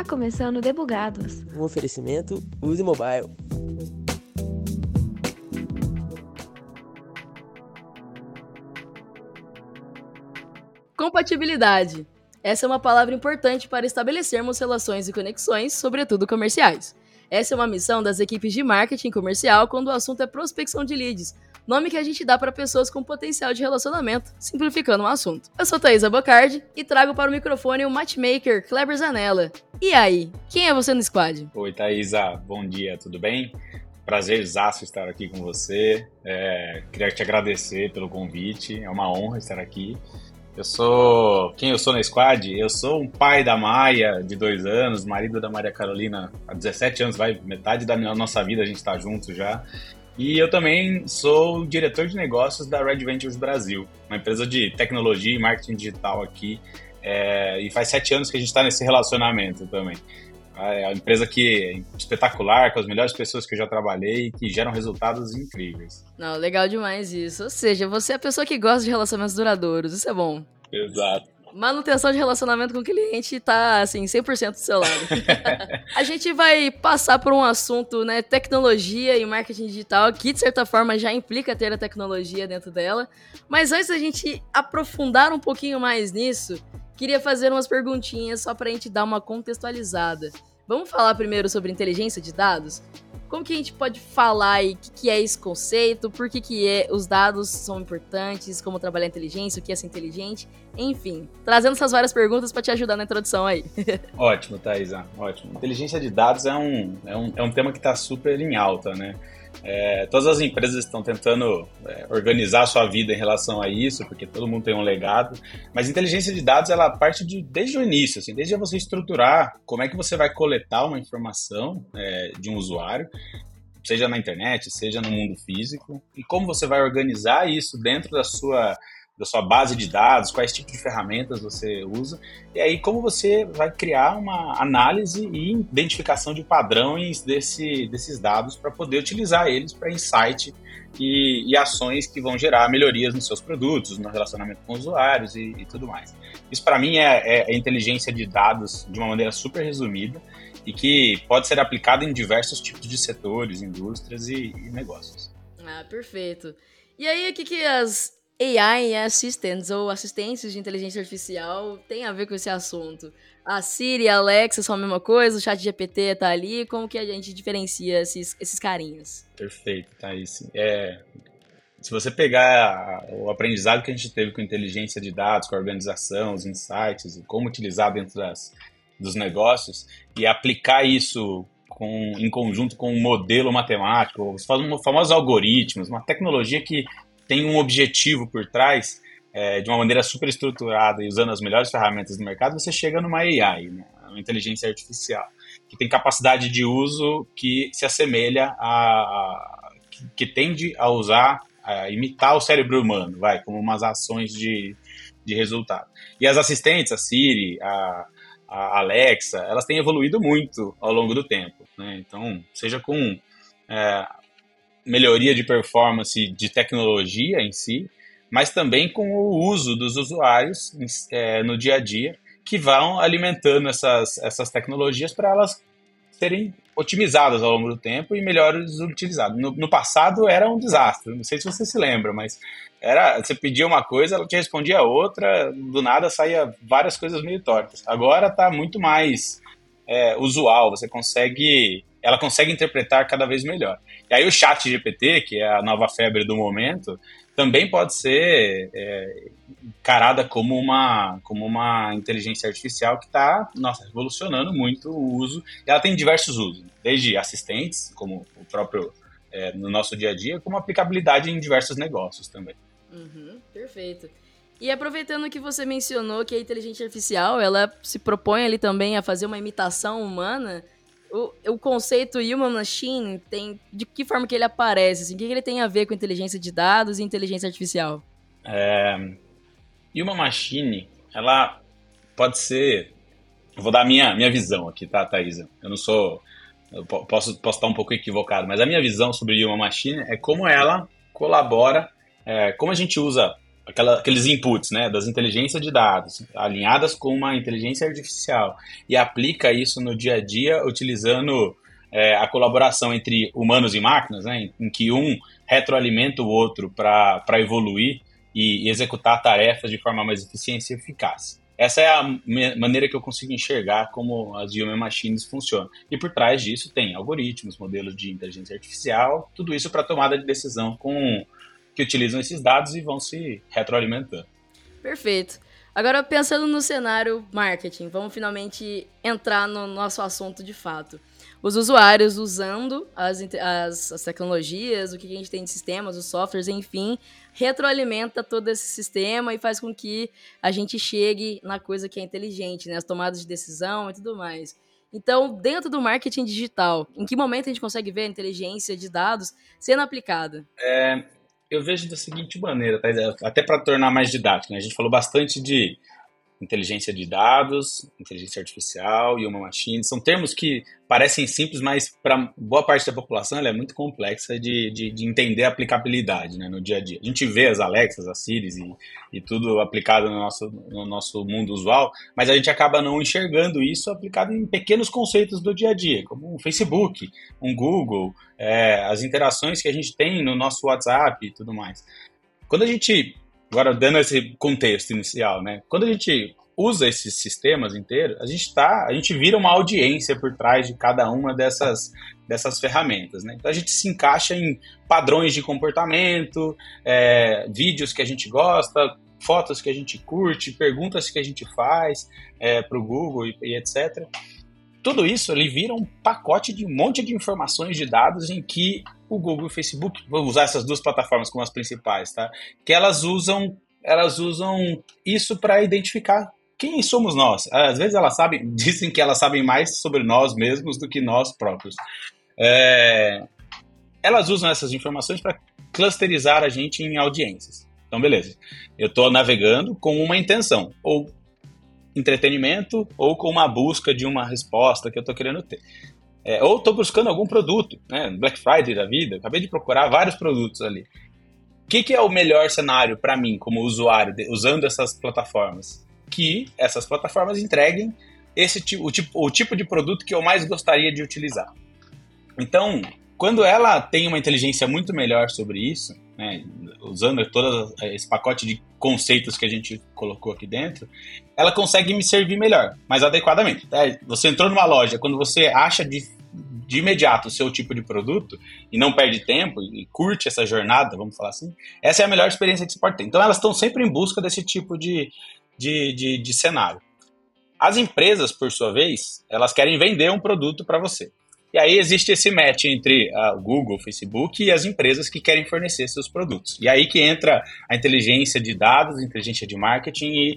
Está começando Debugados. Um oferecimento Use Mobile. Compatibilidade. Essa é uma palavra importante para estabelecermos relações e conexões, sobretudo comerciais. Essa é uma missão das equipes de marketing comercial quando o assunto é prospecção de leads, nome que a gente dá para pessoas com potencial de relacionamento, simplificando o assunto. Eu sou Thaisa Bocardi e trago para o microfone o matchmaker Kleber Zanella. E aí, quem é você no squad? Oi, Thaisa, bom dia, tudo bem? Prazerzaço estar aqui com você. Queria te agradecer pelo convite, é uma honra estar aqui. Quem eu sou na squad? Eu sou um pai da Maia, de 2 anos, marido da Maria Carolina há 17 anos, metade da nossa vida a gente está junto já. E eu também sou o diretor de negócios da Red Ventures Brasil, uma empresa de tecnologia e marketing digital aqui. E faz 7 anos que a gente está nesse relacionamento também. É uma empresa que é espetacular, com as melhores pessoas que eu já trabalhei e que geram resultados incríveis. Não, legal demais isso. Ou seja, você é a pessoa que gosta de relacionamentos duradouros, isso é bom. Exato. Manutenção de relacionamento com o cliente tá, assim, 100% do seu lado. A gente vai passar por um assunto, né, tecnologia e marketing digital, que de certa forma já implica ter a tecnologia dentro dela. Mas antes da gente aprofundar um pouquinho mais nisso, queria fazer umas perguntinhas só pra gente dar uma contextualizada. Vamos falar primeiro sobre inteligência de dados? Como que a gente pode falar aí o que é esse conceito, por que os dados são importantes, como trabalhar a inteligência, o que é ser inteligente, enfim, trazendo essas várias perguntas para te ajudar na introdução aí. Ótimo, Thaisa, ótimo. Inteligência de dados é um tema que está super em alta, né? Todas as empresas estão tentando organizar a sua vida em relação a isso, porque todo mundo tem um legado, mas inteligência de dados ela parte desde o início, assim, desde você estruturar como é que você vai coletar uma informação de um usuário, seja na internet, seja no mundo físico, e como você vai organizar isso dentro da sua base de dados, quais tipos de ferramentas você usa, e aí como você vai criar uma análise e identificação de padrões desses dados para poder utilizar eles para insight e ações que vão gerar melhorias nos seus produtos, no relacionamento com usuários e tudo mais. Isso para mim é a inteligência de dados de uma maneira super resumida e que pode ser aplicada em diversos tipos de setores, indústrias e negócios. Ah, perfeito. E aí, o que as AI Assistants, ou assistentes de inteligência artificial, tem a ver com esse assunto? A Siri e a Alexa são a mesma coisa? O ChatGPT tá ali? Como que a gente diferencia esses carinhas? Perfeito, Thaís. Se você pegar o aprendizado que a gente teve com inteligência de dados, com a organização, os insights, e como utilizar dentro dos negócios, e aplicar isso em conjunto com um modelo matemático, os famosos algoritmos, uma tecnologia que tem um objetivo por trás, de uma maneira super estruturada e usando as melhores ferramentas do mercado, você chega numa AI, né? Uma inteligência artificial, que tem capacidade de uso que se assemelha que tende a imitar o cérebro humano, como umas ações de resultado. E as assistentes, a Siri, a Alexa, elas têm evoluído muito ao longo do tempo, né? Então, seja com melhoria de performance de tecnologia em si, mas também com o uso dos usuários no dia a dia, que vão alimentando essas tecnologias para elas serem otimizadas ao longo do tempo e melhores utilizadas. No passado era um desastre, não sei se você se lembra, mas você pedia uma coisa, ela te respondia outra, do nada saía várias coisas meio tortas. Agora está muito mais usual, ela consegue interpretar cada vez melhor. E aí o ChatGPT, que é a nova febre do momento, também pode ser encarada como uma inteligência artificial que está revolucionando muito o uso. E ela tem diversos usos, desde assistentes, como o próprio no nosso dia a dia, como aplicabilidade em diversos negócios também. Perfeito. E aproveitando que você mencionou que a inteligência artificial ela se propõe ali também a fazer uma imitação humana, o conceito Human Machine de que forma que ele aparece? Assim, o que ele tem a ver com inteligência de dados e inteligência artificial? Human Machine, ela pode ser... Eu vou dar a minha visão aqui, tá, Thaisa? Eu posso estar um pouco equivocado, mas a minha visão sobre Human Machine é como ela colabora, como a gente usa aqueles inputs, né, das inteligências de dados, alinhadas com uma inteligência artificial, e aplica isso no dia a dia, utilizando a colaboração entre humanos e máquinas, né, em que um retroalimenta o outro para evoluir e executar tarefas de forma mais eficiente e eficaz. Essa é a maneira que eu consigo enxergar como as Human Machines funcionam. E por trás disso tem algoritmos, modelos de inteligência artificial, tudo isso para tomada de decisão que utilizam esses dados e vão se retroalimentando. Perfeito. Agora, pensando no cenário marketing, vamos finalmente entrar no nosso assunto de fato. Os usuários usando as tecnologias, o que a gente tem de sistemas, os softwares, enfim, retroalimenta todo esse sistema e faz com que a gente chegue na coisa que é inteligente, né? As tomadas de decisão e tudo mais. Então, dentro do marketing digital, em que momento a gente consegue ver a inteligência de dados sendo aplicada? Eu vejo da seguinte maneira, tá? Até para tornar mais didático, né? A gente falou bastante de inteligência de dados, inteligência artificial e uma machine. São termos que parecem simples, mas para boa parte da população ela é muito complexa de entender a aplicabilidade, né, no dia a dia. A gente vê as Alexas, as Siris e tudo aplicado no nosso mundo usual, mas a gente acaba não enxergando isso aplicado em pequenos conceitos do dia a dia, como um Facebook, um Google, as interações que a gente tem no nosso WhatsApp e tudo mais. Quando a gente... Agora, dando esse contexto inicial, né? Quando a gente usa esses sistemas inteiros, a gente vira uma audiência por trás de cada uma dessas ferramentas, né? Então, a gente se encaixa em padrões de comportamento, vídeos que a gente gosta, fotos que a gente curte, perguntas que a gente faz para o Google e etc. Tudo isso ali vira um pacote de um monte de informações de dados em que o Google e o Facebook, vou usar essas duas plataformas como as principais, tá? Que elas usam isso para identificar quem somos nós. Às vezes dizem que elas sabem mais sobre nós mesmos do que nós próprios. Elas usam essas informações para clusterizar a gente em audiências. Então, beleza. Eu estou navegando com uma intenção, ou entretenimento, ou com uma busca de uma resposta que eu estou querendo ter. Ou estou buscando algum produto, né? Black Friday da vida, acabei de procurar vários produtos ali. O que é o melhor cenário para mim, como usuário, usando essas plataformas? Que essas plataformas entreguem o tipo de produto que eu mais gostaria de utilizar. Então, quando ela tem uma inteligência muito melhor sobre isso, né, usando todo esse pacote de conceitos que a gente colocou aqui dentro, ela consegue me servir melhor, mais adequadamente. Você entrou numa loja, quando você acha de imediato o seu tipo de produto e não perde tempo e curte essa jornada, vamos falar assim, essa é a melhor experiência que você pode ter. Então elas estão sempre em busca desse tipo de cenário. As empresas, por sua vez, elas querem vender um produto para você. E aí existe esse match entre o Google, o Facebook e as empresas que querem fornecer seus produtos. E aí que entra a inteligência de dados, a inteligência de marketing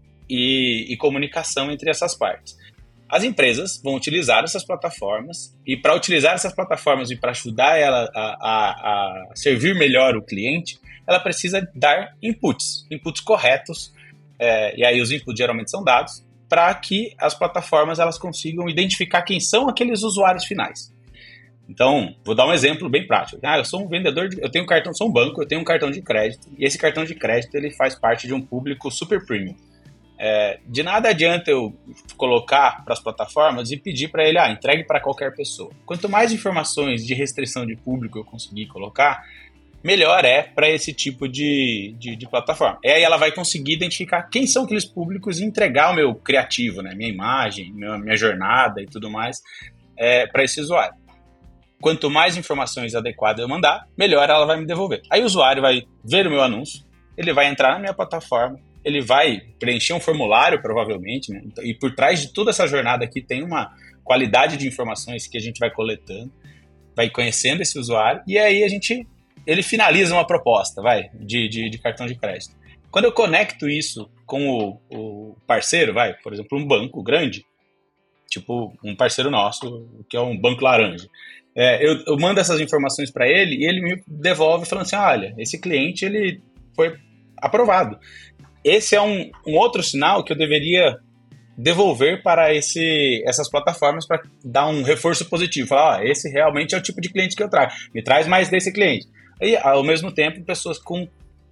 e comunicação entre essas partes. As empresas vão utilizar essas plataformas, e para utilizar essas plataformas e para ajudar ela a servir melhor o cliente, ela precisa dar inputs corretos, e aí os inputs geralmente são dados, para que as plataformas elas consigam identificar quem são aqueles usuários finais. Então, vou dar um exemplo bem prático. Eu sou um vendedor, eu tenho um cartão, sou um banco, eu tenho um cartão de crédito, e esse cartão de crédito ele faz parte de um público super premium. De nada adianta eu colocar para as plataformas e pedir para ele, entregue para qualquer pessoa. Quanto mais informações de restrição de público eu conseguir colocar, melhor para esse tipo de plataforma. E aí ela vai conseguir identificar quem são aqueles públicos e entregar o meu criativo, né? Minha imagem, minha jornada e tudo mais para esse usuário. Quanto mais informações adequadas eu mandar, melhor ela vai me devolver. Aí o usuário vai ver o meu anúncio, ele vai entrar na minha plataforma, ele vai preencher um formulário, provavelmente, né? E por trás de toda essa jornada aqui tem uma qualidade de informações que a gente vai coletando, vai conhecendo esse usuário, e aí ele finaliza uma proposta, de cartão de crédito. Quando eu conecto isso com o parceiro, por exemplo, um banco grande, tipo um parceiro nosso, que é um banco laranja, eu mando essas informações para ele e ele me devolve falando assim, olha, esse cliente ele foi aprovado. Esse é um outro sinal que eu deveria devolver para essas plataformas para dar um reforço positivo. Falar, esse realmente é o tipo de cliente que eu trago. Me traz mais desse cliente. E, ao mesmo tempo, pessoas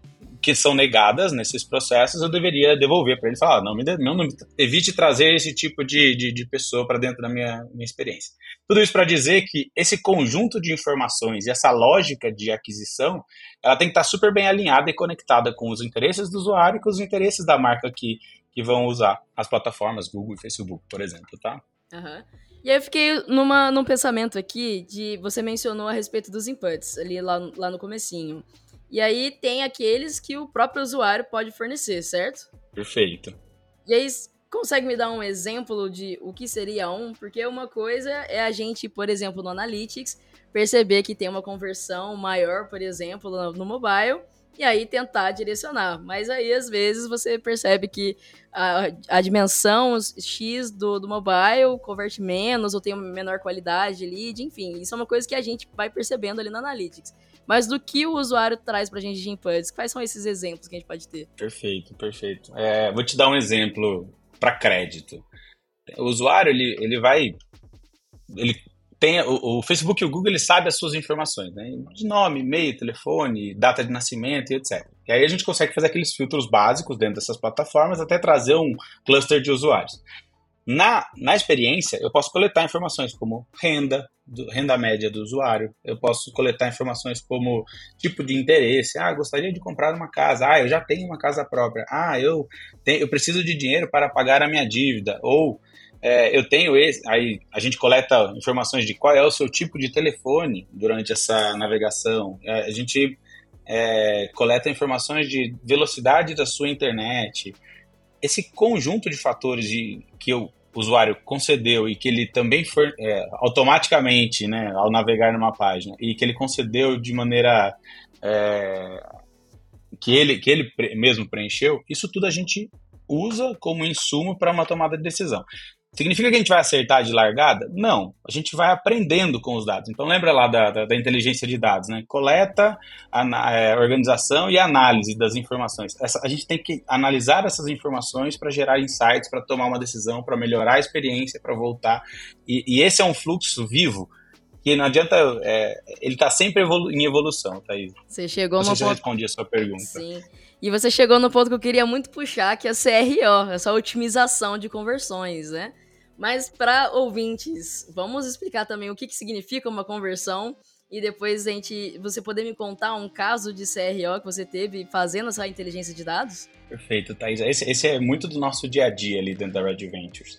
que são negadas nesses processos, eu deveria devolver para ele e falar, evite trazer esse tipo de pessoa para dentro da minha experiência. Tudo isso para dizer que esse conjunto de informações e essa lógica de aquisição, ela tem que estar super bem alinhada e conectada com os interesses do usuário e com os interesses da marca que vão usar as plataformas Google e Facebook, por exemplo, tá? Uhum. E aí eu fiquei num pensamento aqui você mencionou a respeito dos inputs, ali lá no comecinho. E aí tem aqueles que o próprio usuário pode fornecer, certo? Perfeito. E aí, consegue me dar um exemplo de o que seria Porque uma coisa é a gente, por exemplo, no Analytics, perceber que tem uma conversão maior, por exemplo, no mobile, e aí tentar direcionar. Mas aí, às vezes, você percebe que a dimensão X do mobile converte menos, ou tem uma menor qualidade de lead, enfim. Isso é uma coisa que a gente vai percebendo ali no Analytics. Mas do que o usuário traz pra gente de inputs? Quais são esses exemplos que a gente pode ter? Perfeito. Vou te dar um exemplo para crédito. O usuário, ele tem o Facebook e o Google, ele sabe as suas informações, né? De nome, e-mail, telefone, data de nascimento e etc. E aí a gente consegue fazer aqueles filtros básicos dentro dessas plataformas até trazer um cluster de usuários. Na experiência, eu posso coletar informações como renda média do usuário, eu posso coletar informações como tipo de interesse, gostaria de comprar uma casa, eu já tenho uma casa própria, eu preciso de dinheiro para pagar a minha dívida, ou eu tenho aí a gente coleta informações de qual é o seu tipo de telefone durante essa navegação, a gente coleta informações de velocidade da sua internet. Esse conjunto de fatores que o usuário concedeu e que ele também automaticamente, né, ao navegar numa página, e que ele concedeu de maneira que ele mesmo preencheu, isso tudo a gente usa como insumo para uma tomada de decisão. Significa que a gente vai acertar de largada? Não, a gente vai aprendendo com os dados. Então lembra lá da inteligência de dados, né? Coleta, organização e análise das informações. A gente tem que analisar essas informações para gerar insights, para tomar uma decisão, para melhorar a experiência, para voltar. E esse é um fluxo vivo que não adianta, ele está sempre em evolução, Thaís. Você chegou no ponto... Eu respondi a sua pergunta. Sim. E você chegou no ponto que eu queria muito puxar, que é a CRO, essa otimização de conversões, né? Mas para ouvintes, vamos explicar também o que significa uma conversão e depois você poder me contar um caso de CRO que você teve fazendo essa inteligência de dados? Perfeito, Thaís. Esse é muito do nosso dia a dia ali dentro da Red Ventures.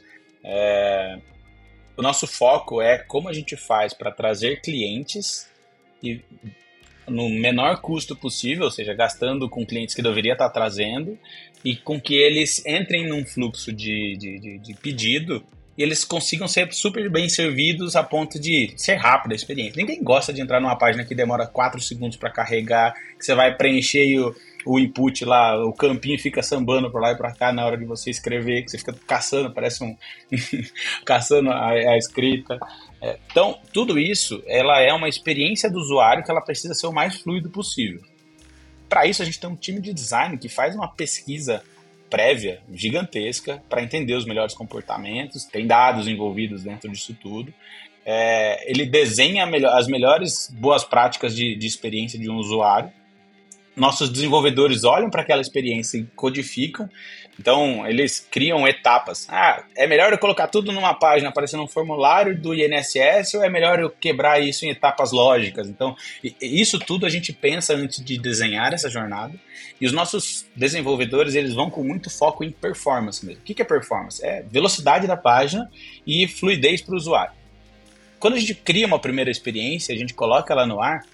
O nosso foco é como a gente faz para trazer clientes e no menor custo possível, ou seja, gastando com clientes que deveria estar trazendo e com que eles entrem num fluxo de pedido e eles consigam ser super bem servidos a ponto de ser rápida a experiência. Ninguém gosta de entrar numa página que demora 4 segundos para carregar, que você vai preencher o input lá, o campinho fica sambando por lá e para cá na hora de você escrever, que você fica caçando, parece caçando a escrita. Então, tudo isso, ela é uma experiência do usuário que ela precisa ser o mais fluido possível. Para isso, a gente tem um time de design que faz uma pesquisa prévia, gigantesca, para entender os melhores comportamentos, tem dados envolvidos dentro disso tudo. Ele desenha as melhores boas práticas de experiência de um usuário. Nossos desenvolvedores olham para aquela experiência e codificam. Então, eles criam etapas. É melhor eu colocar tudo numa página aparecendo um formulário do INSS ou é melhor eu quebrar isso em etapas lógicas? Então, isso tudo a gente pensa antes de desenhar essa jornada. E os nossos desenvolvedores, eles vão com muito foco em performance mesmo. O que é performance? É velocidade da página e fluidez para o usuário. Quando a gente cria uma primeira experiência, a gente coloca ela no ar,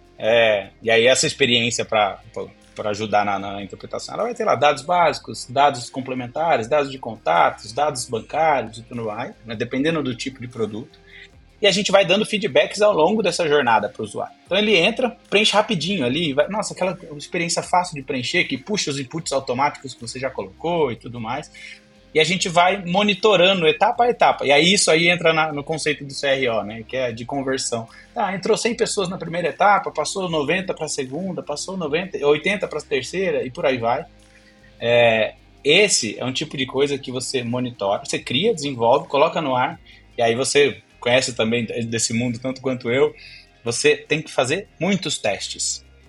e aí essa experiência para ajudar na interpretação, ela vai ter lá dados básicos, dados complementares, dados de contatos, dados bancários e tudo mais, né, dependendo do tipo de produto. E a gente vai dando feedbacks ao longo dessa jornada para o usuário. Então ele entra, preenche rapidinho ali, nossa, aquela experiência fácil de preencher, que puxa os inputs automáticos que você já colocou e tudo mais. E a gente vai monitorando etapa a etapa. E aí isso aí entra no conceito do CRO, né, que é de conversão. Entrou 100 pessoas na primeira etapa, passou 90 para a segunda, passou 80 para a terceira e por aí vai. Esse é um tipo de coisa que você monitora, você cria, desenvolve, coloca no ar, e aí você conhece também desse mundo tanto quanto eu, você tem que fazer muitos testes.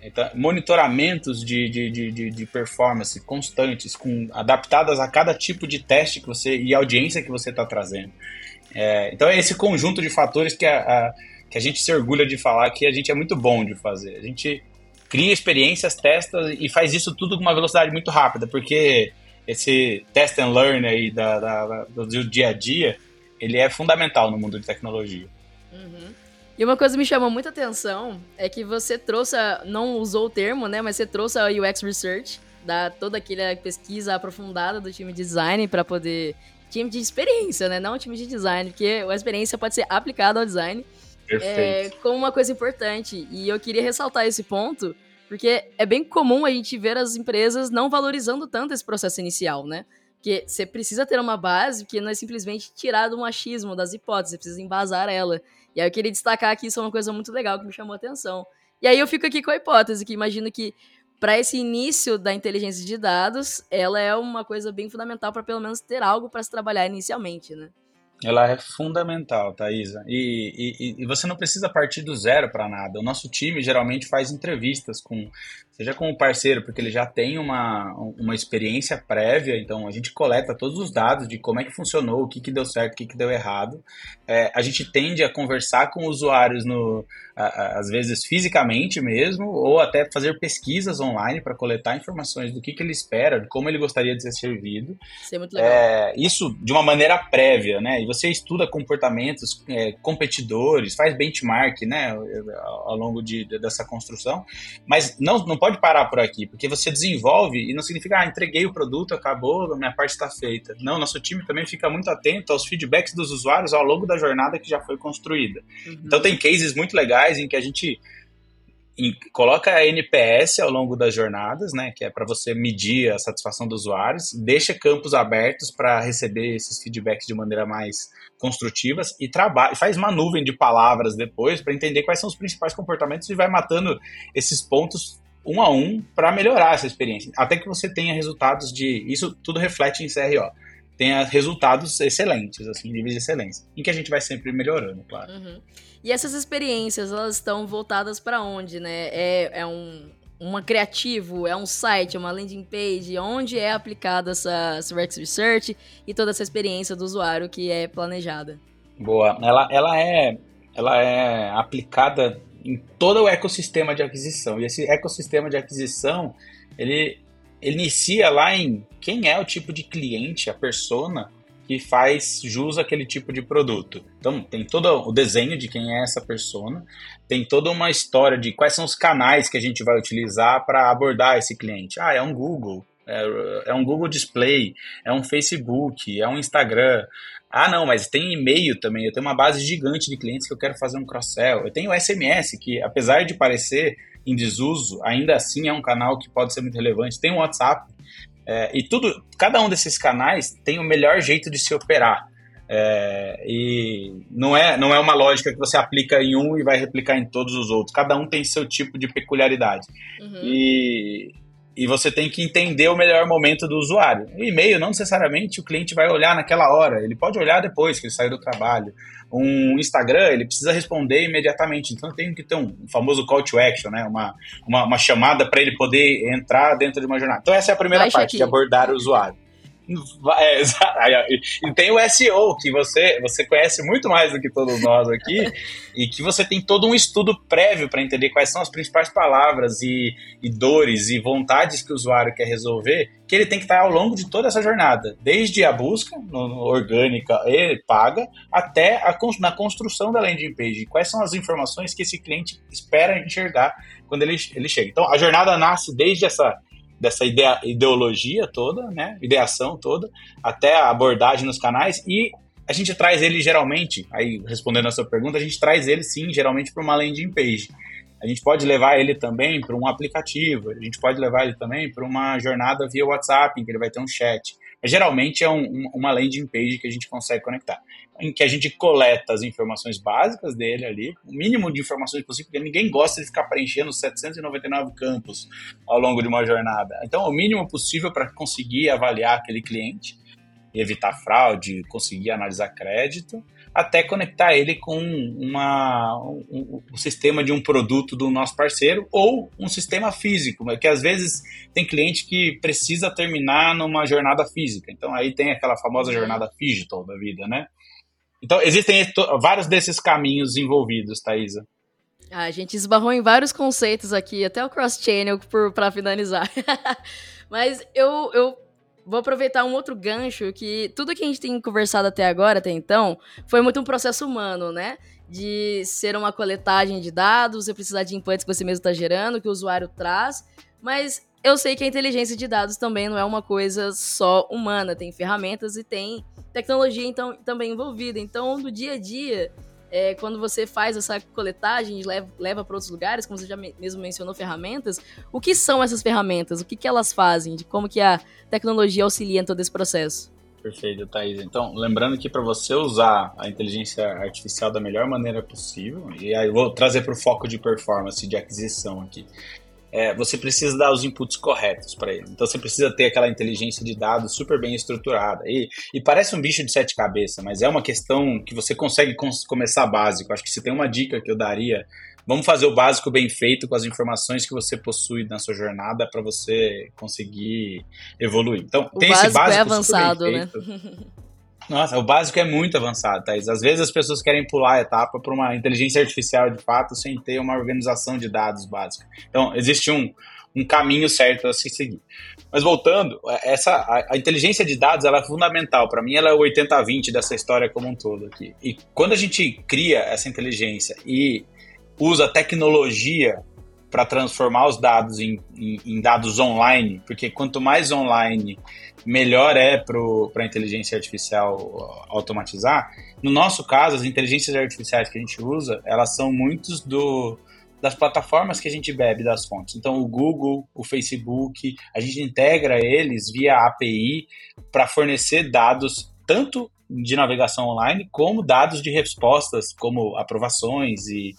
Então, monitoramentos de performance constantes, adaptadas a cada tipo de teste que você e audiência que você está trazendo. Então é esse conjunto de fatores que a gente se orgulha de falar que a gente é muito bom de fazer. A gente cria experiências, testa e faz isso tudo com uma velocidade muito rápida, porque esse test and learn aí do dia a dia, ele é fundamental no mundo de tecnologia. Uhum. E uma coisa que me chamou muita atenção é que você trouxe, não usou o termo, né, mas você trouxe a UX Research, toda aquela pesquisa aprofundada do time de design para poder... Time de experiência, né, não time de design, porque a experiência pode ser aplicada ao design. Perfeito. Como uma coisa importante. E eu queria ressaltar esse ponto, porque é bem comum a gente ver as empresas não valorizando tanto esse processo inicial, né? Porque você precisa ter uma base que não é simplesmente tirar do machismo, das hipóteses, você precisa embasar ela. E aí eu queria destacar que isso é uma coisa muito legal que me chamou a atenção. E aí eu fico aqui com a hipótese, que imagino que para esse início da inteligência de dados, ela é uma coisa bem fundamental para pelo menos ter algo para se trabalhar inicialmente, né? Ela é fundamental, Thaisa. E você não precisa partir do zero para nada. O nosso time geralmente faz entrevistas seja com o parceiro, porque ele já tem uma experiência prévia, então a gente coleta todos os dados de como é que funcionou, o que deu certo, o que deu errado. A gente tende a conversar com usuários, às vezes fisicamente mesmo, ou até fazer pesquisas online para coletar informações do que ele espera, de como ele gostaria de ser servido. Isso é muito legal. Isso de uma maneira prévia, né? E você estuda comportamentos, competidores, faz benchmark, né, ao longo dessa construção, mas não pode parar por aqui, porque você desenvolve e não significa, entreguei o produto, acabou, a minha parte está feita. Não, nosso time também fica muito atento aos feedbacks dos usuários ao longo da jornada que já foi construída. Uhum. Então tem cases muito legais em que a gente coloca a NPS ao longo das jornadas, né, que é para você medir a satisfação dos usuários, deixa campos abertos para receber esses feedbacks de maneira mais construtiva e faz uma nuvem de palavras depois para entender quais são os principais comportamentos e vai matando esses pontos um a um para melhorar essa experiência, até que você tenha resultados isso tudo reflete em CRO. Tenha resultados excelentes, assim, níveis de excelência, em que a gente vai sempre melhorando, claro. Uhum. E essas experiências, elas estão voltadas para onde, né? Uma criativo, é um site, é uma landing page, onde é aplicada essa UX Research e toda essa experiência do usuário que é planejada? Boa. Ela é aplicada em todo o ecossistema de aquisição. E esse ecossistema de aquisição, ele inicia lá em quem é o tipo de cliente, a persona que faz jus àquele tipo de produto. Então, tem todo o desenho de quem é essa persona, tem toda uma história de quais são os canais que a gente vai utilizar para abordar esse cliente. É um Google, é um Google Display, é um Facebook, é um Instagram. Não, mas tem e-mail também, eu tenho uma base gigante de clientes que eu quero fazer um cross-sell. Eu tenho o SMS, que apesar de parecer em desuso, ainda assim é um canal que pode ser muito relevante. Tem o WhatsApp, cada um desses canais tem o melhor jeito de se operar. E não é uma lógica que você aplica em um e vai replicar em todos os outros. Cada um tem seu tipo de peculiaridade. Uhum. E você tem que entender o melhor momento do usuário. O e-mail, não necessariamente o cliente vai olhar naquela hora, ele pode olhar depois que ele saiu do trabalho. Um Instagram, ele precisa responder imediatamente, então tem que ter um famoso call to action, né? uma chamada para ele poder entrar dentro de uma jornada. Então essa é a primeira parte, de abordar o usuário. E tem o SEO, que você conhece muito mais do que todos nós aqui, e que você tem todo um estudo prévio para entender quais são as principais palavras e dores e vontades que o usuário quer resolver, que ele tem que estar ao longo de toda essa jornada, desde a busca orgânica e paga, até na construção da landing page. Quais são as informações que esse cliente espera enxergar quando ele chega. Então, a jornada nasce desde dessa ideologia toda, né, ideação toda, até a abordagem nos canais, e a gente traz ele geralmente, aí respondendo a sua pergunta, a gente traz ele sim, geralmente para uma landing page. A gente pode levar ele também para um aplicativo, a gente pode levar ele também para uma jornada via WhatsApp, em que ele vai ter um chat. Mas geralmente é uma landing page que a gente consegue conectar, em que a gente coleta as informações básicas dele ali, o mínimo de informações possível, porque ninguém gosta de ficar preenchendo 799 campos ao longo de uma jornada. Então, o mínimo possível para conseguir avaliar aquele cliente, evitar fraude, conseguir analisar crédito, até conectar ele com um sistema de um produto do nosso parceiro ou um sistema físico, que às vezes tem cliente que precisa terminar numa jornada física. Então aí tem aquela famosa jornada digital da vida, né? Então existem vários desses caminhos envolvidos, Thaisa. A gente esbarrou em vários conceitos aqui, até o cross-channel para finalizar. Mas eu vou aproveitar um outro gancho, que tudo que a gente tem conversado até então, foi muito um processo humano, né? De ser uma coletagem de dados, você precisar de inputs que você mesmo está gerando, que o usuário traz, mas eu sei que a inteligência de dados também não é uma coisa só humana, tem ferramentas e tem tecnologia então, também envolvida. Então, no dia a dia, quando você faz essa coletagem e leva para outros lugares, como você já mesmo mencionou, ferramentas, o que são essas ferramentas? O que elas fazem? De como que a tecnologia auxilia em todo esse processo? Perfeito, Thaís. Então, lembrando que para você usar a inteligência artificial da melhor maneira possível, e aí eu vou trazer para o foco de performance, de aquisição aqui, você precisa dar os inputs corretos para ele. Então você precisa ter aquela inteligência de dados super bem estruturada. E parece um bicho de 7 cabeças, mas é uma questão que você consegue começar básico. Acho que se tem uma dica que eu daria, vamos fazer o básico bem feito com as informações que você possui na sua jornada para você conseguir evoluir. Então, tem esse básico é avançado, super bem feito, né? Nossa, o básico é muito avançado, Thaís. Às vezes as pessoas querem pular a etapa para uma inteligência artificial de fato sem ter uma organização de dados básica. Então, existe um caminho certo a se seguir. Mas voltando, a inteligência de dados ela é fundamental. Para mim, ela é o 80-20 dessa história como um todo aqui. E quando a gente cria essa inteligência e usa tecnologia para transformar os dados em dados online, porque quanto mais online, melhor é para a inteligência artificial automatizar. No nosso caso, as inteligências artificiais que a gente usa, elas são muitos das plataformas que a gente bebe das fontes. Então, o Google, o Facebook, a gente integra eles via API para fornecer dados tanto de navegação online, como dados de respostas, como aprovações e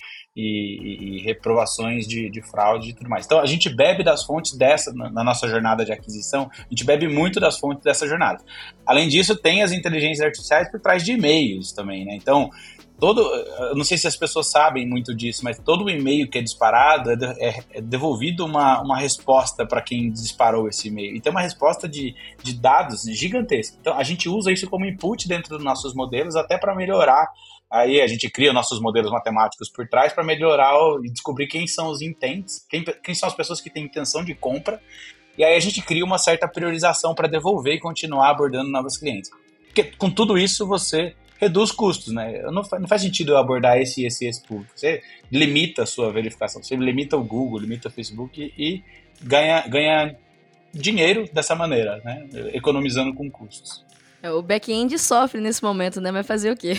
reprovações de fraude e tudo mais. Então, a gente bebe das fontes na nossa jornada de aquisição, a gente bebe muito das fontes dessa jornada. Além disso, tem as inteligências artificiais por trás de e-mails também, né? Então, eu não sei se as pessoas sabem muito disso, mas todo o e-mail que é disparado é devolvido uma resposta para quem disparou esse e-mail. E tem uma resposta de dados gigantesca. Então, a gente usa isso como input dentro dos nossos modelos até para melhorar. Aí a gente cria nossos modelos matemáticos por trás para melhorar e descobrir quem são os intents, quem são as pessoas que têm intenção de compra. E aí a gente cria uma certa priorização para devolver e continuar abordando novos clientes. Porque com tudo isso você reduz custos, né? Não faz sentido eu abordar esse público. Você limita a sua verificação, você limita o Google, limita o Facebook e ganha dinheiro dessa maneira, né? Economizando com custos. O back-end sofre nesse momento, né? Mas fazer o quê?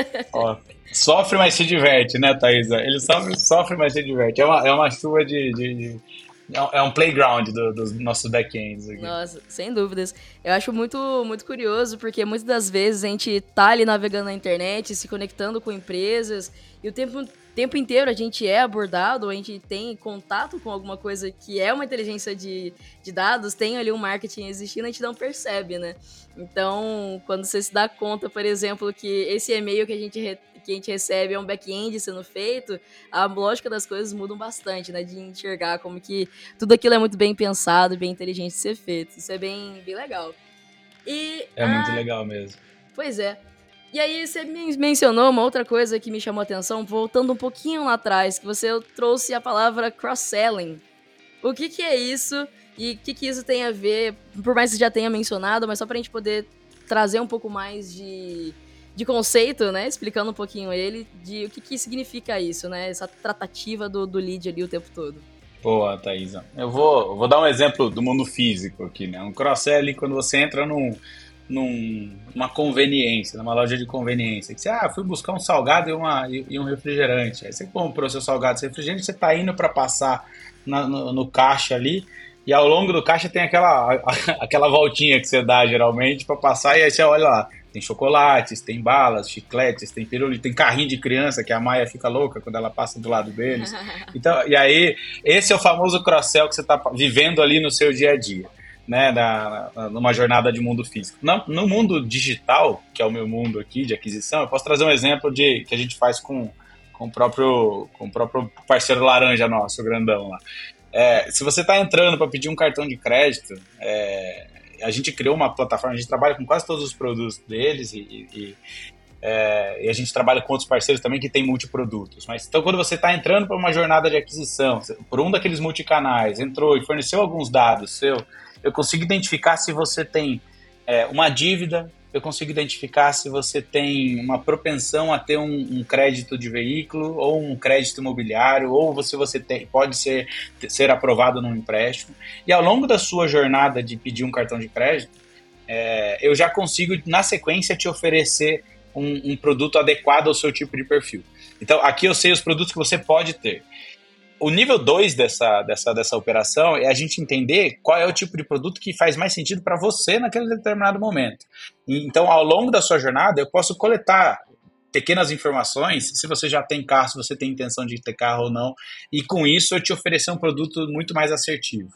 Sofre, mas se diverte, né, Thaisa? Ele sofre, mas se diverte. É uma chuva é um playground dos nossos back-ends aqui. Nossa, sem dúvidas. Eu acho muito, muito curioso, porque muitas das vezes a gente tá ali navegando na internet, se conectando com empresas, e o tempo inteiro a gente é abordado, a gente tem contato com alguma coisa que é uma inteligência de dados, tem ali um marketing existindo, a gente não percebe, né? Então, quando você se dá conta, por exemplo, que esse e-mail que a gente recebe é um back-end sendo feito, a lógica das coisas mudam bastante, né? De enxergar como que tudo aquilo é muito bem pensado, bem inteligente de ser feito. Isso é bem, bem legal. Muito legal mesmo. Pois é. E aí você mencionou uma outra coisa que me chamou a atenção, voltando um pouquinho lá atrás, que você trouxe a palavra cross-selling. O que é isso e o que isso tem a ver, por mais que você já tenha mencionado, mas só pra gente poder trazer um pouco mais de conceito, né? Explicando um pouquinho ele, de o que significa isso, né? Essa tratativa do lead ali o tempo todo. Boa, Thaisa. Eu vou dar um exemplo do mundo físico aqui, né? Um cross-selling, quando você entra numa conveniência, numa loja de conveniência, que você, fui buscar um salgado e um refrigerante. Aí você comprou seu salgado e refrigerante, você tá indo para passar no caixa ali, e ao longo do caixa tem aquela voltinha que você dá geralmente para passar, e aí você olha lá, tem chocolates, tem balas, chicletes, tem pirulito, tem carrinho de criança que a Maia fica louca quando ela passa do lado deles. Então, e aí, esse é o famoso cross-sell que você está vivendo ali no seu dia a dia. né, numa jornada de mundo físico. No mundo digital, que é o meu mundo aqui de aquisição, eu posso trazer um exemplo que a gente faz com o próprio parceiro laranja nosso, o grandão lá. Se você está entrando para pedir um cartão de crédito, a gente criou uma plataforma, a gente trabalha com quase todos os produtos deles e a gente trabalha com outros parceiros também que tem multiprodutos. Mas então, quando você está entrando para uma jornada de aquisição, por um daqueles multicanais, entrou e forneceu alguns dados eu consigo identificar se você tem uma dívida, eu consigo identificar se você tem uma propensão a ter um crédito de veículo ou um crédito imobiliário, ou se você pode ser aprovado num empréstimo. E ao longo da sua jornada de pedir um cartão de crédito, eu já consigo, na sequência, te oferecer um produto adequado ao seu tipo de perfil. Então, aqui eu sei os produtos que você pode ter. O nível 2 dessa operação é a gente entender qual é o tipo de produto que faz mais sentido para você naquele determinado momento. Então, ao longo da sua jornada, eu posso coletar pequenas informações, se você já tem carro, se você tem intenção de ter carro ou não, e com isso eu te oferecer um produto muito mais assertivo.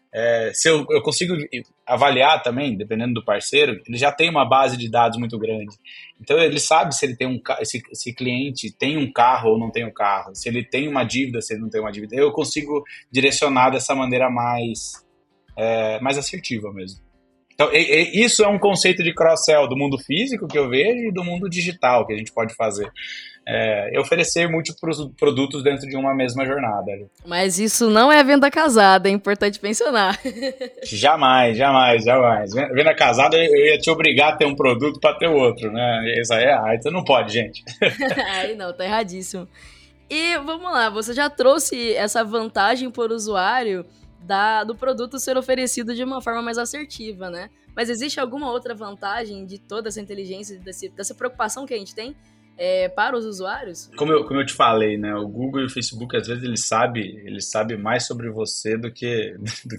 Se eu consigo avaliar também, dependendo do parceiro, ele já tem uma base de dados muito grande. Então ele sabe se ele tem esse cliente tem um carro ou não tem um carro, se ele tem uma dívida, se ele não tem uma dívida. Eu consigo direcionar dessa maneira mais assertiva mesmo. Então isso é um conceito de cross-sell do mundo físico que eu vejo e do mundo digital que a gente pode fazer. Oferecer múltiplos produtos dentro de uma mesma jornada. Mas isso não é venda casada, é importante mencionar. Jamais. Venda casada, eu ia te obrigar a ter um produto para ter outro, né? Isso aí você não pode, gente. Aí não, tá erradíssimo. E vamos lá, você já trouxe essa vantagem para o usuário do produto ser oferecido de uma forma mais assertiva, né? Mas existe alguma outra vantagem de toda essa inteligência, dessa preocupação que a gente tem para os usuários? Como eu te falei, né? O Google e o Facebook, às vezes, eles sabem mais sobre você do que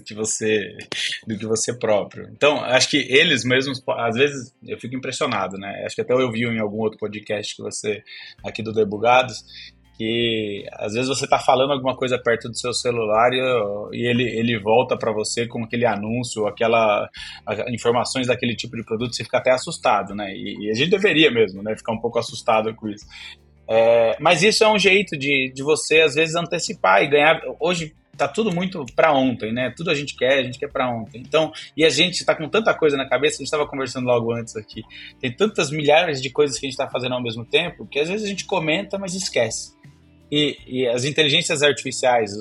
você próprio. Então, acho que eles mesmos, às vezes, eu fico impressionado, né? Acho que até eu vi em algum outro podcast que você, aqui do Debugados, que às vezes você está falando alguma coisa perto do seu celular e ele volta para você com aquele anúncio, informações daquele tipo de produto, você fica até assustado, né? E a gente deveria mesmo, né? Ficar um pouco assustado com isso. Mas isso é um jeito de você, às vezes, antecipar e ganhar. Hoje tá tudo muito para ontem, né? Tudo a gente quer para ontem. Então, e a gente está com tanta coisa na cabeça, a gente estava conversando logo antes aqui, tem tantas milhares de coisas que a gente está fazendo ao mesmo tempo, que às vezes a gente comenta, mas esquece. E as inteligências artificiais,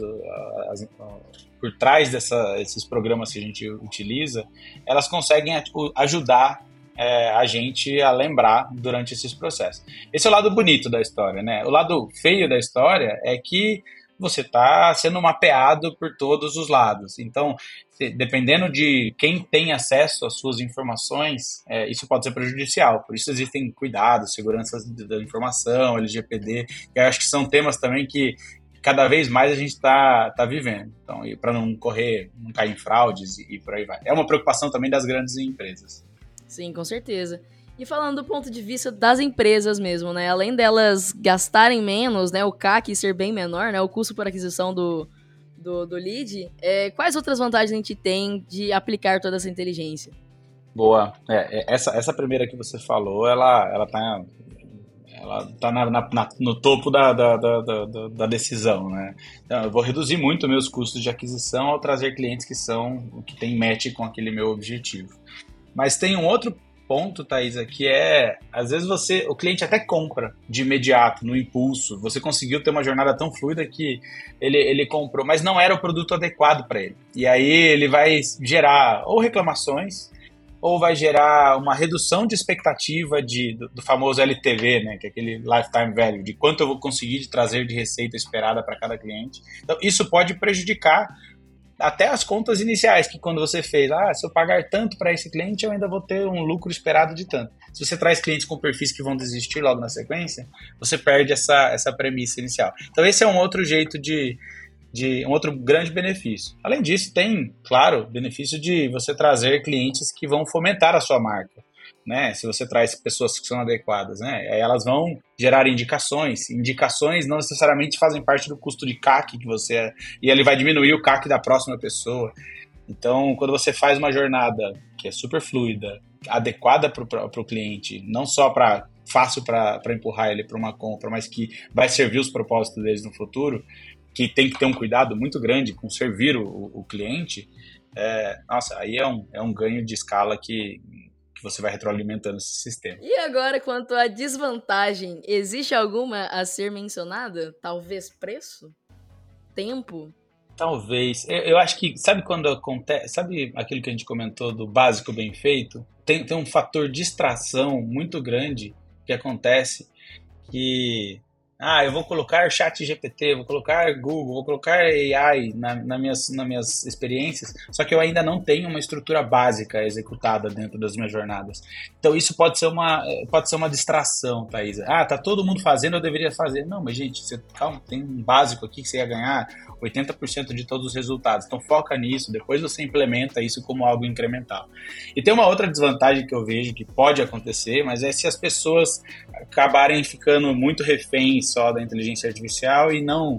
por trás desses programas que a gente utiliza, elas conseguem ajudar a gente a lembrar durante esses processos. Esse é o lado bonito da história, né? O lado feio da história é que você está sendo mapeado por todos os lados. Então, dependendo de quem tem acesso às suas informações, isso pode ser prejudicial. Por isso existem cuidados, segurança da informação, LGPD, que eu acho que são temas também que cada vez mais a gente está vivendo. Então, para não cair em fraudes e por aí vai. É uma preocupação também das grandes empresas. Sim, com certeza. E falando do ponto de vista das empresas mesmo, né? Além delas gastarem menos, né? O CAC ser bem menor, né? O custo por aquisição do lead. Quais outras vantagens a gente tem de aplicar toda essa inteligência? Boa. Essa primeira que você falou, ela tá no topo da decisão, né? Então, eu vou reduzir muito meus custos de aquisição ao trazer clientes que têm match com aquele meu objetivo. Mas tem um outro ponto, Thaisa, que às vezes o cliente até compra de imediato, no impulso. Você conseguiu ter uma jornada tão fluida que ele comprou, mas não era o produto adequado para ele. E aí ele vai gerar ou reclamações, ou vai gerar uma redução de expectativa do famoso LTV, né, que é aquele Lifetime Value, de quanto eu vou conseguir trazer de receita esperada para cada cliente. Então, isso pode prejudicar até as contas iniciais, que quando você fez, se eu pagar tanto para esse cliente, eu ainda vou ter um lucro esperado de tanto. Se você traz clientes com perfis que vão desistir logo na sequência, você perde essa premissa inicial. Então esse é um outro jeito um outro grande benefício. Além disso, tem, claro, benefício de você trazer clientes que vão fomentar a sua marca, né? Se você traz pessoas que são adequadas, né? Aí elas vão gerar indicações. Indicações não necessariamente fazem parte do custo de CAC que e ele vai diminuir o CAC da próxima pessoa. Então, quando você faz uma jornada que é super fluida, adequada para o cliente, não só fácil para empurrar ele para uma compra, mas que vai servir os propósitos deles no futuro, que tem que ter um cuidado muito grande com servir o cliente, nossa, aí é um ganho de escala que você vai retroalimentando esse sistema. E agora, quanto à desvantagem, existe alguma a ser mencionada? Talvez preço? Tempo? Talvez. Eu acho que, sabe quando acontece, sabe aquilo que a gente comentou do básico bem feito? Tem um fator distração muito grande que acontece que, eu vou colocar chat GPT, vou colocar Google, vou colocar AI nas minhas experiências, só que eu ainda não tenho uma estrutura básica executada dentro das minhas jornadas. Então isso pode ser uma distração, Thaís. Tá todo mundo fazendo, eu deveria fazer. Não, mas gente, calma, tem um básico aqui que você ia ganhar 80% de todos os resultados. Então foca nisso, depois você implementa isso como algo incremental. E tem uma outra desvantagem que eu vejo que pode acontecer, mas é se as pessoas acabarem ficando muito reféns só da inteligência artificial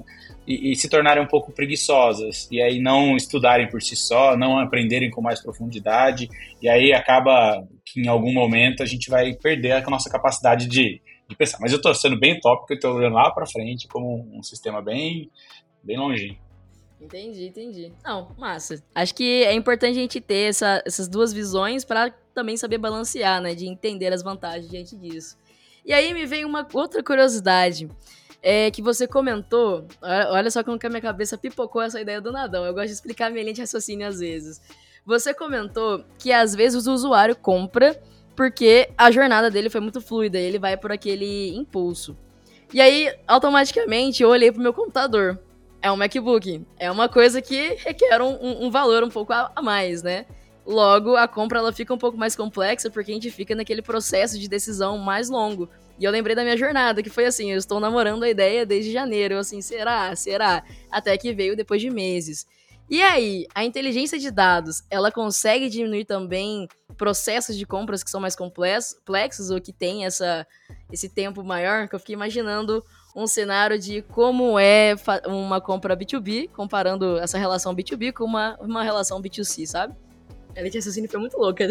e se tornarem um pouco preguiçosas, e aí não estudarem por si só, não aprenderem com mais profundidade, e aí acaba que em algum momento a gente vai perder a nossa capacidade de pensar. Mas eu estou sendo bem utópico, eu estou olhando lá para frente como um sistema bem longinho. Entendi. Não, massa. Acho que é importante a gente ter essas duas visões para também saber balancear, né? De entender as vantagens diante disso. E aí me veio uma outra curiosidade, que você comentou, olha só como que a minha cabeça pipocou essa ideia do nadão, eu gosto de explicar minha linha de raciocínio às vezes. Você comentou que às vezes o usuário compra porque a jornada dele foi muito fluida, ele vai por aquele impulso. E aí, automaticamente, eu olhei pro meu computador. É um MacBook, é uma coisa que requer um valor um pouco a mais, né? Logo, a compra ela fica um pouco mais complexa porque a gente fica naquele processo de decisão mais longo. E eu lembrei da minha jornada, que foi assim, eu estou namorando a ideia desde janeiro. Eu assim, será? Até que veio depois de meses. E aí, a inteligência de dados, ela consegue diminuir também processos de compras que são mais complexos ou que tem esse tempo maior? Que eu fiquei imaginando um cenário de como é uma compra B2B, comparando essa relação B2B com uma relação B2C, sabe? A linha de raciocínio foi muito louca.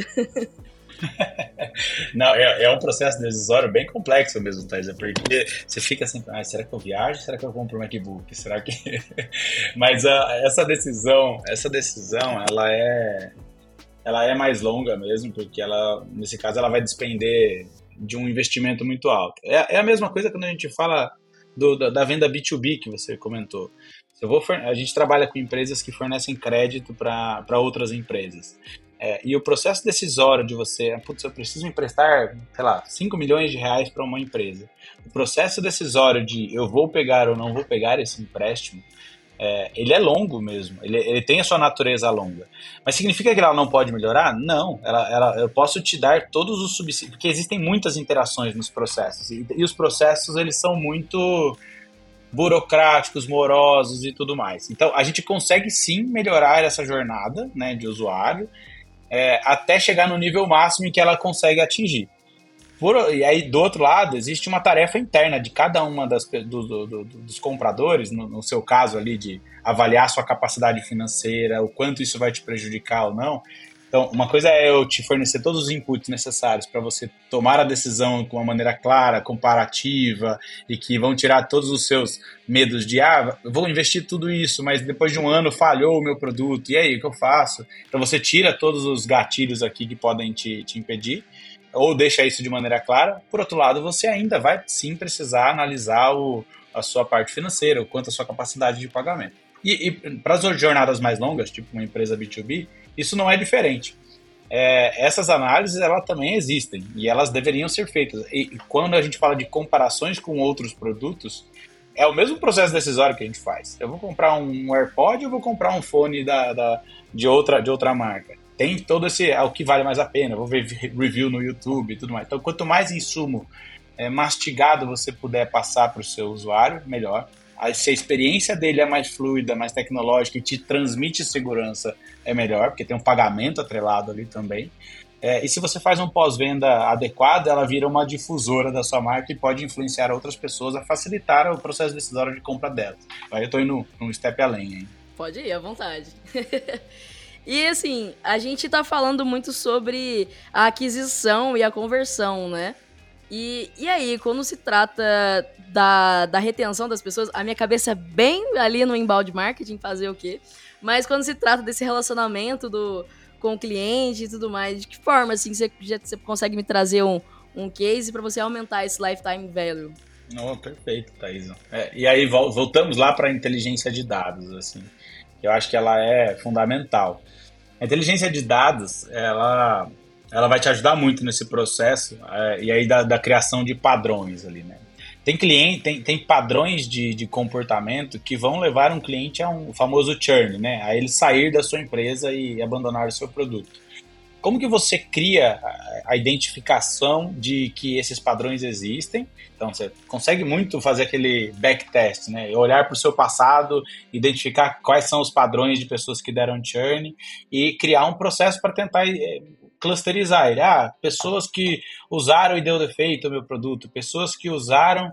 Não, é um processo decisório bem complexo mesmo, Thais, porque você fica assim, será que eu viajo? Será que eu compro um MacBook? Será que... Mas essa decisão, ela é mais longa mesmo, porque nesse caso, ela vai despender de um investimento muito alto. É a mesma coisa quando a gente fala da venda B2B que você comentou. A gente trabalha com empresas que fornecem crédito para outras empresas. E o processo decisório de você, eu preciso emprestar, sei lá, 5 milhões de reais para uma empresa. O processo decisório de eu vou pegar ou não vou pegar esse empréstimo, ele é longo mesmo, ele tem a sua natureza longa. Mas significa que ela não pode melhorar? Não, eu posso te dar todos os subsídios, porque existem muitas interações nos processos, e os processos eles são muito burocráticos, morosos e tudo mais. Então, a gente consegue sim melhorar essa jornada, né, de usuário, até chegar no nível máximo em que ela consegue atingir. E aí, do outro lado, existe uma tarefa interna de cada uma dos compradores, no seu caso ali, de avaliar sua capacidade financeira, o quanto isso vai te prejudicar ou não. Então, uma coisa é eu te fornecer todos os inputs necessários para você tomar a decisão de uma maneira clara, comparativa, e que vão tirar todos os seus medos de, eu vou investir tudo isso, mas depois de um ano falhou o meu produto, e aí, o que eu faço? Então, você tira todos os gatilhos aqui que podem te impedir, ou deixa isso de maneira clara. Por outro lado, você ainda vai sim precisar analisar a sua parte financeira, o quanto a sua capacidade de pagamento. E para as jornadas mais longas, tipo uma empresa B2B, isso não é diferente. Essas análises elas também existem e elas deveriam ser feitas. E quando a gente fala de comparações com outros produtos, é o mesmo processo decisório que a gente faz. Eu vou comprar um AirPod ou vou comprar um fone de outra marca? Tem todo o que vale mais a pena. Eu vou ver review no YouTube e tudo mais. Então, quanto mais insumo mastigado você puder passar para o seu usuário, melhor. Se a experiência dele é mais fluida, mais tecnológica e te transmite segurança, é melhor, porque tem um pagamento atrelado ali também. E se você faz um pós-venda adequado, ela vira uma difusora da sua marca e pode influenciar outras pessoas a facilitar o processo decisório de compra delas. Aí eu estou indo um step além, hein? Pode ir, à vontade. E assim, a gente tá falando muito sobre a aquisição e a conversão, né? E aí, quando se trata da retenção das pessoas, a minha cabeça é bem ali no inbound marketing, fazer o quê? Mas quando se trata desse relacionamento com o cliente e tudo mais, de que forma, assim, você consegue me trazer um case para você aumentar esse lifetime value? Oh, perfeito, Thaisa. E aí voltamos lá para a inteligência de dados, assim. Eu acho que ela é fundamental. A inteligência de dados, ela vai te ajudar muito nesse processo, e aí da criação de padrões ali, né? Tem padrões de comportamento que vão levar um cliente a um famoso churn, né? A ele sair da sua empresa e abandonar o seu produto. Como que você cria a identificação de que esses padrões existem? Então, você consegue muito fazer aquele backtest, né? Olhar para o seu passado, identificar quais são os padrões de pessoas que deram churn e criar um processo para tentar clusterizar ele. Pessoas que usaram e deu defeito o meu produto, pessoas que usaram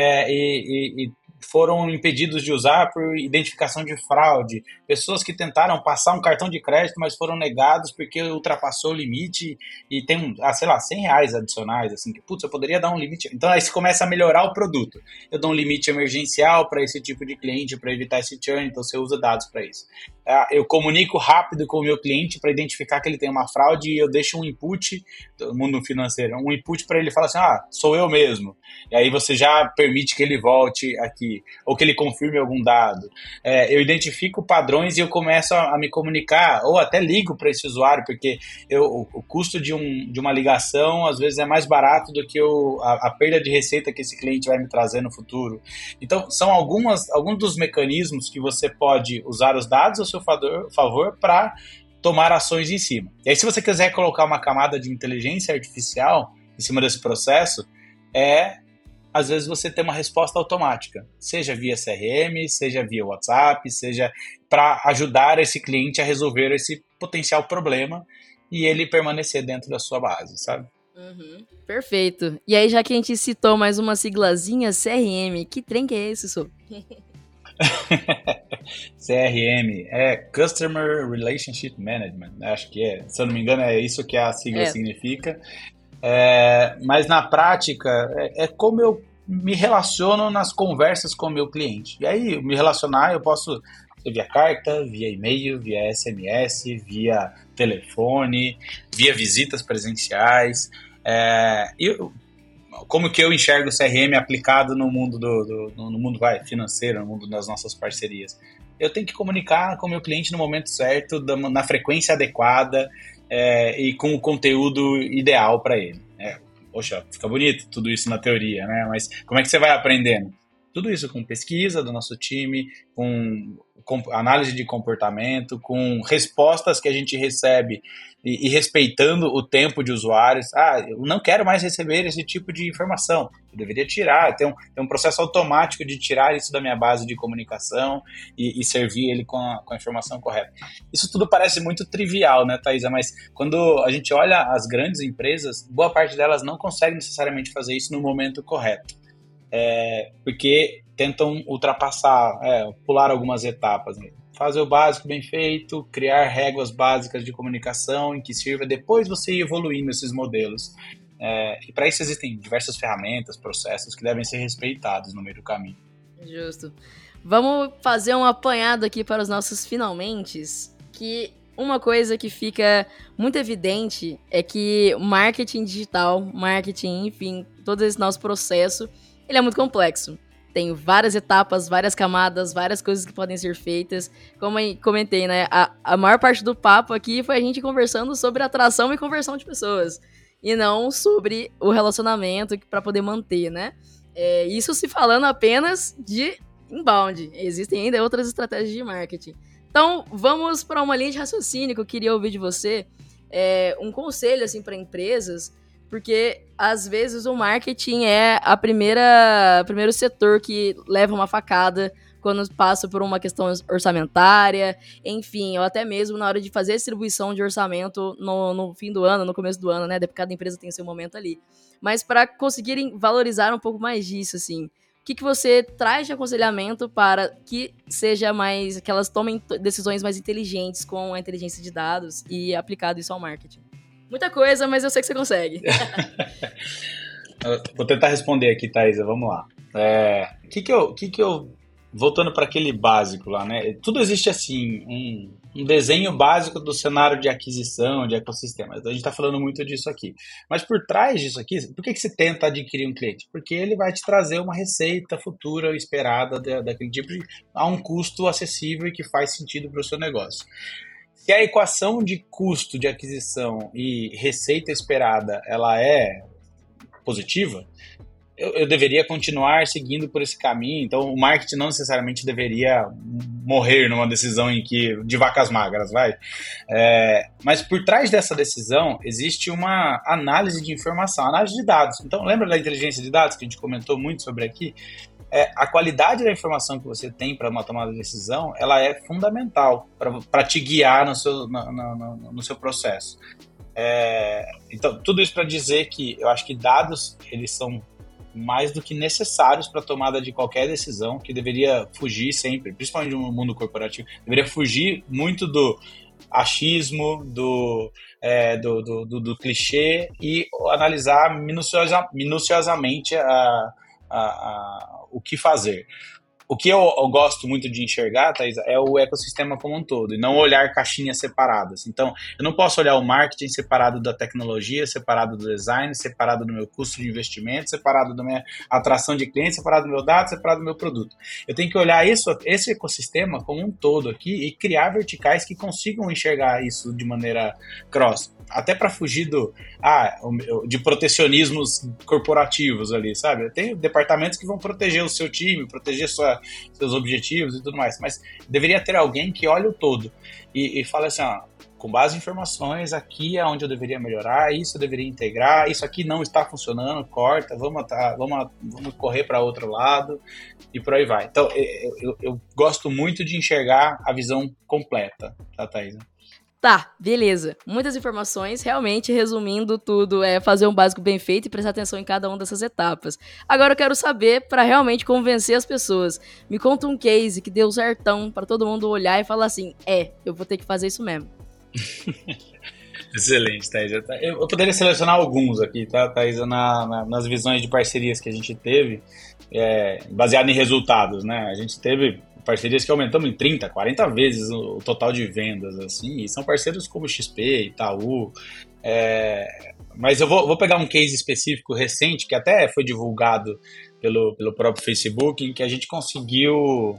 e foram impedidos de usar por identificação de fraude, pessoas que tentaram passar um cartão de crédito, mas foram negados porque ultrapassou o limite e tem, sei lá, R$100 adicionais, assim, que, putz, eu poderia dar um limite. Então aí você começa a melhorar o produto. Eu dou um limite emergencial para esse tipo de cliente, para evitar esse churn, então você usa dados para isso. Eu comunico rápido com o meu cliente para identificar que ele tem uma fraude e eu deixo um input, do mundo financeiro, um input para ele falar assim, sou eu mesmo. E aí você já permite que ele volte aqui, ou que ele confirme algum dado. Eu identifico padrões e eu começo a me comunicar, ou até ligo para esse usuário, porque o custo de uma ligação às vezes é mais barato do que a perda de receita que esse cliente vai me trazer no futuro. Então, são alguns dos mecanismos que você pode usar os dados ao seu favor para tomar ações em cima. E aí, se você quiser colocar uma camada de inteligência artificial em cima desse processo, às vezes você tem uma resposta automática, seja via CRM, seja via WhatsApp, seja para ajudar esse cliente a resolver esse potencial problema e ele permanecer dentro da sua base, sabe? Uhum, perfeito. E aí, já que a gente citou mais uma siglazinha, CRM, que trem que é esse, Sô? CRM é Customer Relationship Management, acho que se eu não me engano é isso que a sigla significa. Mas na prática é como eu me relaciono nas conversas com o meu cliente. E aí, me relacionar, eu posso ser via carta, via e-mail, via SMS, via telefone, via visitas presenciais. Como que eu enxergo o CRM aplicado no mundo no mundo financeiro, no mundo das nossas parcerias? Eu tenho que comunicar com o meu cliente no momento certo, na frequência adequada, e com o conteúdo ideal para ele. Poxa, fica bonito tudo isso na teoria, né? Mas como é que você vai aprendendo? Tudo isso com pesquisa do nosso time, com análise de comportamento, com respostas que a gente recebe e respeitando o tempo de usuários. Eu não quero mais receber esse tipo de informação. Eu deveria tirar. Tem um processo automático de tirar isso da minha base de comunicação e servir ele com a informação correta. Isso tudo parece muito trivial, né, Thaisa? Mas quando a gente olha as grandes empresas, boa parte delas não consegue necessariamente fazer isso no momento correto. Porque tentam ultrapassar, pular algumas etapas. Né? Fazer o básico bem feito, criar regras básicas de comunicação em que sirva, depois você ir evoluindo esses modelos. E para isso existem diversas ferramentas, processos que devem ser respeitados no meio do caminho. Justo. Vamos fazer um apanhado aqui para os nossos finalmentes, que uma coisa que fica muito evidente é que marketing digital, marketing, enfim, todo esse nosso processo, ele é muito complexo. Tem várias etapas, várias camadas, várias coisas que podem ser feitas. Como eu comentei, né? A maior parte do papo aqui foi a gente conversando sobre atração e conversão de pessoas. E não sobre o relacionamento para poder manter, né? Isso se falando apenas de inbound. Existem ainda outras estratégias de marketing. Então, vamos para uma linha de raciocínio que eu queria ouvir de você. Um conselho, assim, para empresas... Porque, às vezes, o marketing é o primeiro setor que leva uma facada quando passa por uma questão orçamentária, enfim, ou até mesmo na hora de fazer a distribuição de orçamento no fim do ano, no começo do ano, né? Cada empresa tem seu momento ali. Mas para conseguirem valorizar um pouco mais disso, assim, que você traz de aconselhamento para que que elas tomem decisões mais inteligentes com a inteligência de dados e aplicado isso ao marketing? Muita coisa, mas eu sei que você consegue. Vou tentar responder aqui, Thaisa, vamos lá. Voltando para aquele básico lá, né? Tudo existe assim, um desenho básico do cenário de aquisição, de ecossistema. Então a gente está falando muito disso aqui. Mas por trás disso aqui, por que você tenta adquirir um cliente? Porque ele vai te trazer uma receita futura esperada daquele tipo a um custo acessível e que faz sentido para o seu negócio. Se a equação de custo de aquisição e receita esperada ela é positiva, eu deveria continuar seguindo por esse caminho. Então o marketing não necessariamente deveria morrer numa decisão de vacas magras, mas por trás dessa decisão existe uma análise de informação, análise de dados. Então lembra da inteligência de dados que a gente comentou muito sobre aqui? A qualidade da informação que você tem para uma tomada de decisão, ela é fundamental para te guiar no seu processo. Então tudo isso para dizer que eu acho que dados, eles são mais do que necessários para a tomada de qualquer decisão, que deveria fugir sempre, principalmente no mundo corporativo, deveria fugir muito do achismo, do clichê e analisar minuciosamente o que fazer. O que eu gosto muito de enxergar, Thaisa, é o ecossistema como um todo, e não olhar caixinhas separadas. Então, eu não posso olhar o marketing separado da tecnologia, separado do design, separado do meu custo de investimento, separado da minha atração de clientes, separado do meu dado, separado do meu produto. Eu tenho que olhar esse ecossistema como um todo aqui e criar verticais que consigam enxergar isso de maneira cross. Até para fugir de protecionismos corporativos ali, sabe? Eu tenho departamentos que vão proteger o seu time, proteger seus objetivos e tudo mais, mas deveria ter alguém que olhe o todo e fale assim, com base em informações, aqui é onde eu deveria melhorar, isso eu deveria integrar, isso aqui não está funcionando, corta, vamos correr para outro lado e por aí vai. Então, eu gosto muito de enxergar a visão completa, tá, Thaisa? Tá, beleza. Muitas informações, realmente, resumindo tudo, é fazer um básico bem feito e prestar atenção em cada uma dessas etapas. Agora eu quero saber, para realmente convencer as pessoas, me conta um case que deu certão para todo mundo olhar e falar assim, eu vou ter que fazer isso mesmo. Excelente, Thaisa. Eu poderia selecionar alguns aqui, tá, Thaisa, nas visões de parcerias que a gente teve, baseado em resultados, né? A gente teve parcerias que aumentamos em 30, 40 vezes o total de vendas, assim, e são parceiros como XP, Itaú, mas eu vou pegar um case específico recente, que até foi divulgado pelo próprio Facebook, em que a gente conseguiu,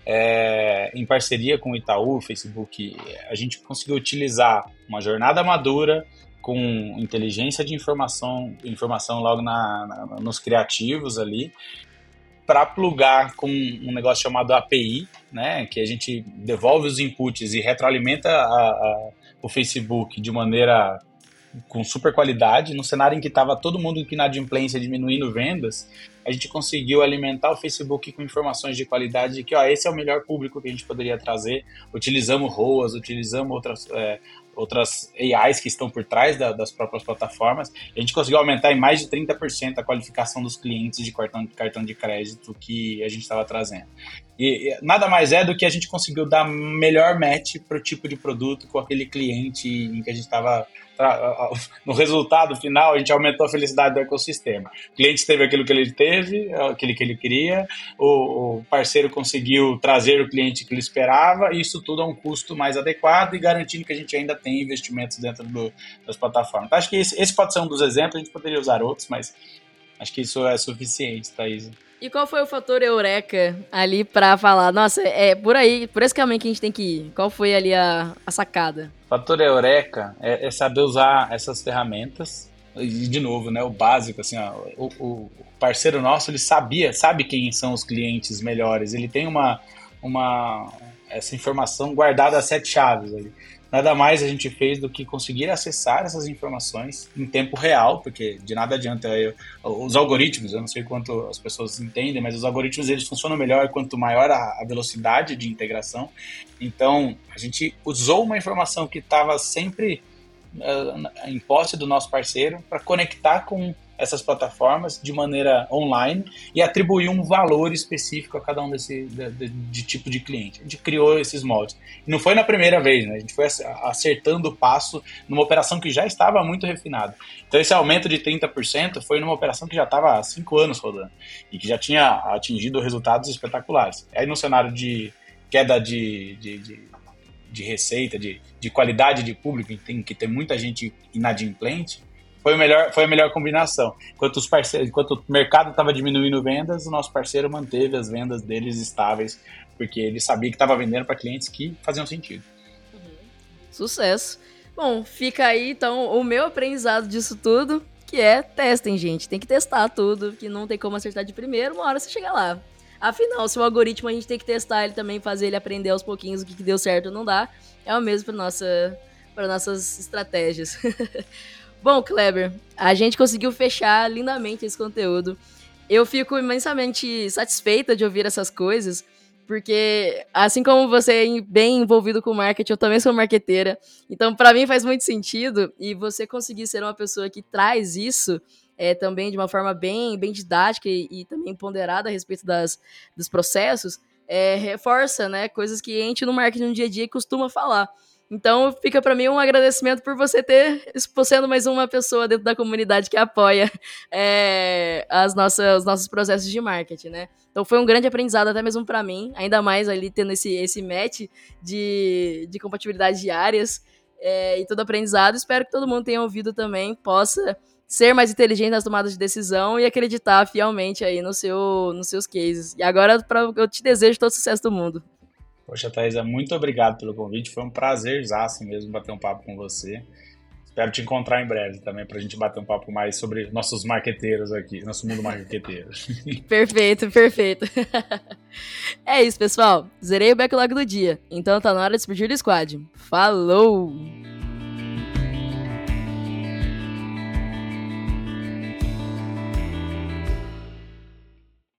em parceria com o Itaú, Facebook, a gente conseguiu utilizar uma jornada madura com inteligência de informação logo nos criativos ali, para plugar com um negócio chamado API, né, que a gente devolve os inputs e retroalimenta o Facebook de maneira com super qualidade. No cenário em que estava todo mundo com inadimplência diminuindo vendas, a gente conseguiu alimentar o Facebook com informações de qualidade de que esse é o melhor público que a gente poderia trazer. Utilizamos ROAS, utilizamos outras AIs que estão por trás das próprias plataformas. A gente conseguiu aumentar em mais de 30% a qualificação dos clientes de cartão de crédito que a gente estava trazendo. E nada mais é do que a gente conseguiu dar melhor match para o tipo de produto com aquele cliente em que a gente estava. No resultado final, a gente aumentou a felicidade do ecossistema. O cliente teve aquilo que ele teve, aquilo que ele queria, o parceiro conseguiu trazer o cliente que ele esperava, e isso tudo a um custo mais adequado e garantindo que a gente ainda tem investimentos dentro das plataformas. Então, acho que esse pode ser um dos exemplos, a gente poderia usar outros, mas acho que isso é suficiente, Thaisa. E qual foi o fator eureka ali pra falar, nossa, por aí, por esse caminho que a gente tem que ir? Qual foi ali a sacada? O fator eureka é saber usar essas ferramentas. E, de novo, né, o básico, assim, o parceiro nosso, ele sabe quem são os clientes melhores. Ele tem essa informação guardada a 7 chaves ali. Nada mais a gente fez do que conseguir acessar essas informações em tempo real, porque de nada adianta os algoritmos, eu não sei quanto as pessoas entendem, mas os algoritmos eles funcionam melhor quanto maior a velocidade de integração. Então, a gente usou uma informação que estava sempre em posse do nosso parceiro para conectar com essas plataformas de maneira online e atribuir um valor específico a cada um de tipo de cliente. A gente criou esses moldes. E não foi na primeira vez, né? A gente foi acertando o passo numa operação que já estava muito refinada. Então esse aumento de 30% foi numa operação que já estava há 5 anos rodando e que já tinha atingido resultados espetaculares. Aí no cenário de queda de receita, de qualidade de público, que tem muita gente inadimplente, foi a melhor combinação. Enquanto o mercado estava diminuindo vendas, o nosso parceiro manteve as vendas deles estáveis, porque ele sabia que estava vendendo para clientes que faziam sentido. Sucesso. Bom, fica aí então o meu aprendizado disso tudo, que é testem, gente. Tem que testar tudo, que não tem como acertar de primeiro, uma hora você chega lá. Afinal, se o algoritmo a gente tem que testar ele também, fazer ele aprender aos pouquinhos o que deu certo ou não dá, é o mesmo para nossas estratégias. Bom, Kleber, a gente conseguiu fechar lindamente esse conteúdo. Eu fico imensamente satisfeita de ouvir essas coisas, porque assim como você é bem envolvido com marketing, eu também sou marqueteira, então para mim faz muito sentido, e você conseguir ser uma pessoa que traz isso também de uma forma bem didática e também ponderada a respeito dos processos, reforça, né, coisas que a gente no marketing no dia a dia costuma falar. Então fica para mim um agradecimento por você sendo mais uma pessoa dentro da comunidade que apoia os nossos processos de marketing, né? Então foi um grande aprendizado até mesmo para mim, ainda mais ali tendo esse match de compatibilidade de áreas e todo aprendizado. Espero que todo mundo tenha ouvido também, possa ser mais inteligente nas tomadas de decisão e acreditar fielmente aí nos seus cases. E agora eu te desejo todo o sucesso do mundo. Poxa, Thaisa, muito obrigado pelo convite. Foi um prazerzaço mesmo bater um papo com você. Espero te encontrar em breve também pra gente bater um papo mais sobre nossos marqueteiros aqui, nosso mundo marqueteiro. Perfeito. É isso, pessoal. Zerei o backlog do dia. Então tá na hora de despedir do squad. Falou!